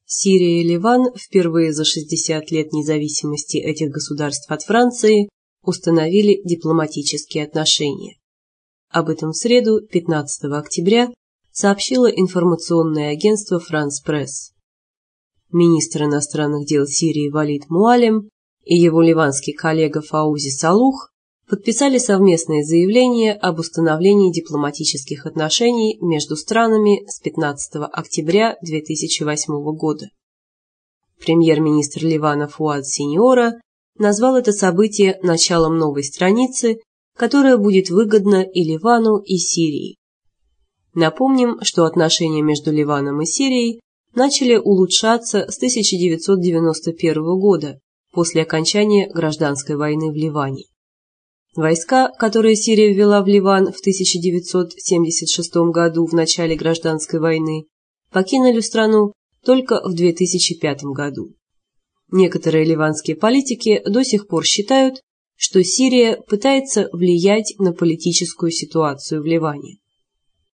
Сирия и Ливан впервые за 60 лет независимости этих государств от Франции установили дипломатические отношения. Об этом в среду, 15 октября, сообщило информационное агентство «Франс Пресс». Министр иностранных дел Сирии Валид Муалем и его ливанский коллега Фаузи Салух подписали совместное заявление об установлении дипломатических отношений между странами с 15 октября 2008 года. Премьер-министр Ливана Фуад Синьора назвал это событие началом новой страницы, которая будет выгодна и Ливану, и Сирии. Напомним, что отношения между Ливаном и Сирией начали улучшаться с 1991 года, после окончания гражданской войны в Ливане. Войска, которые Сирия ввела в Ливан в 1976 году в начале гражданской войны, покинули страну только в 2005 году. Некоторые ливанские политики до сих пор считают, что Сирия пытается влиять на политическую ситуацию в Ливане.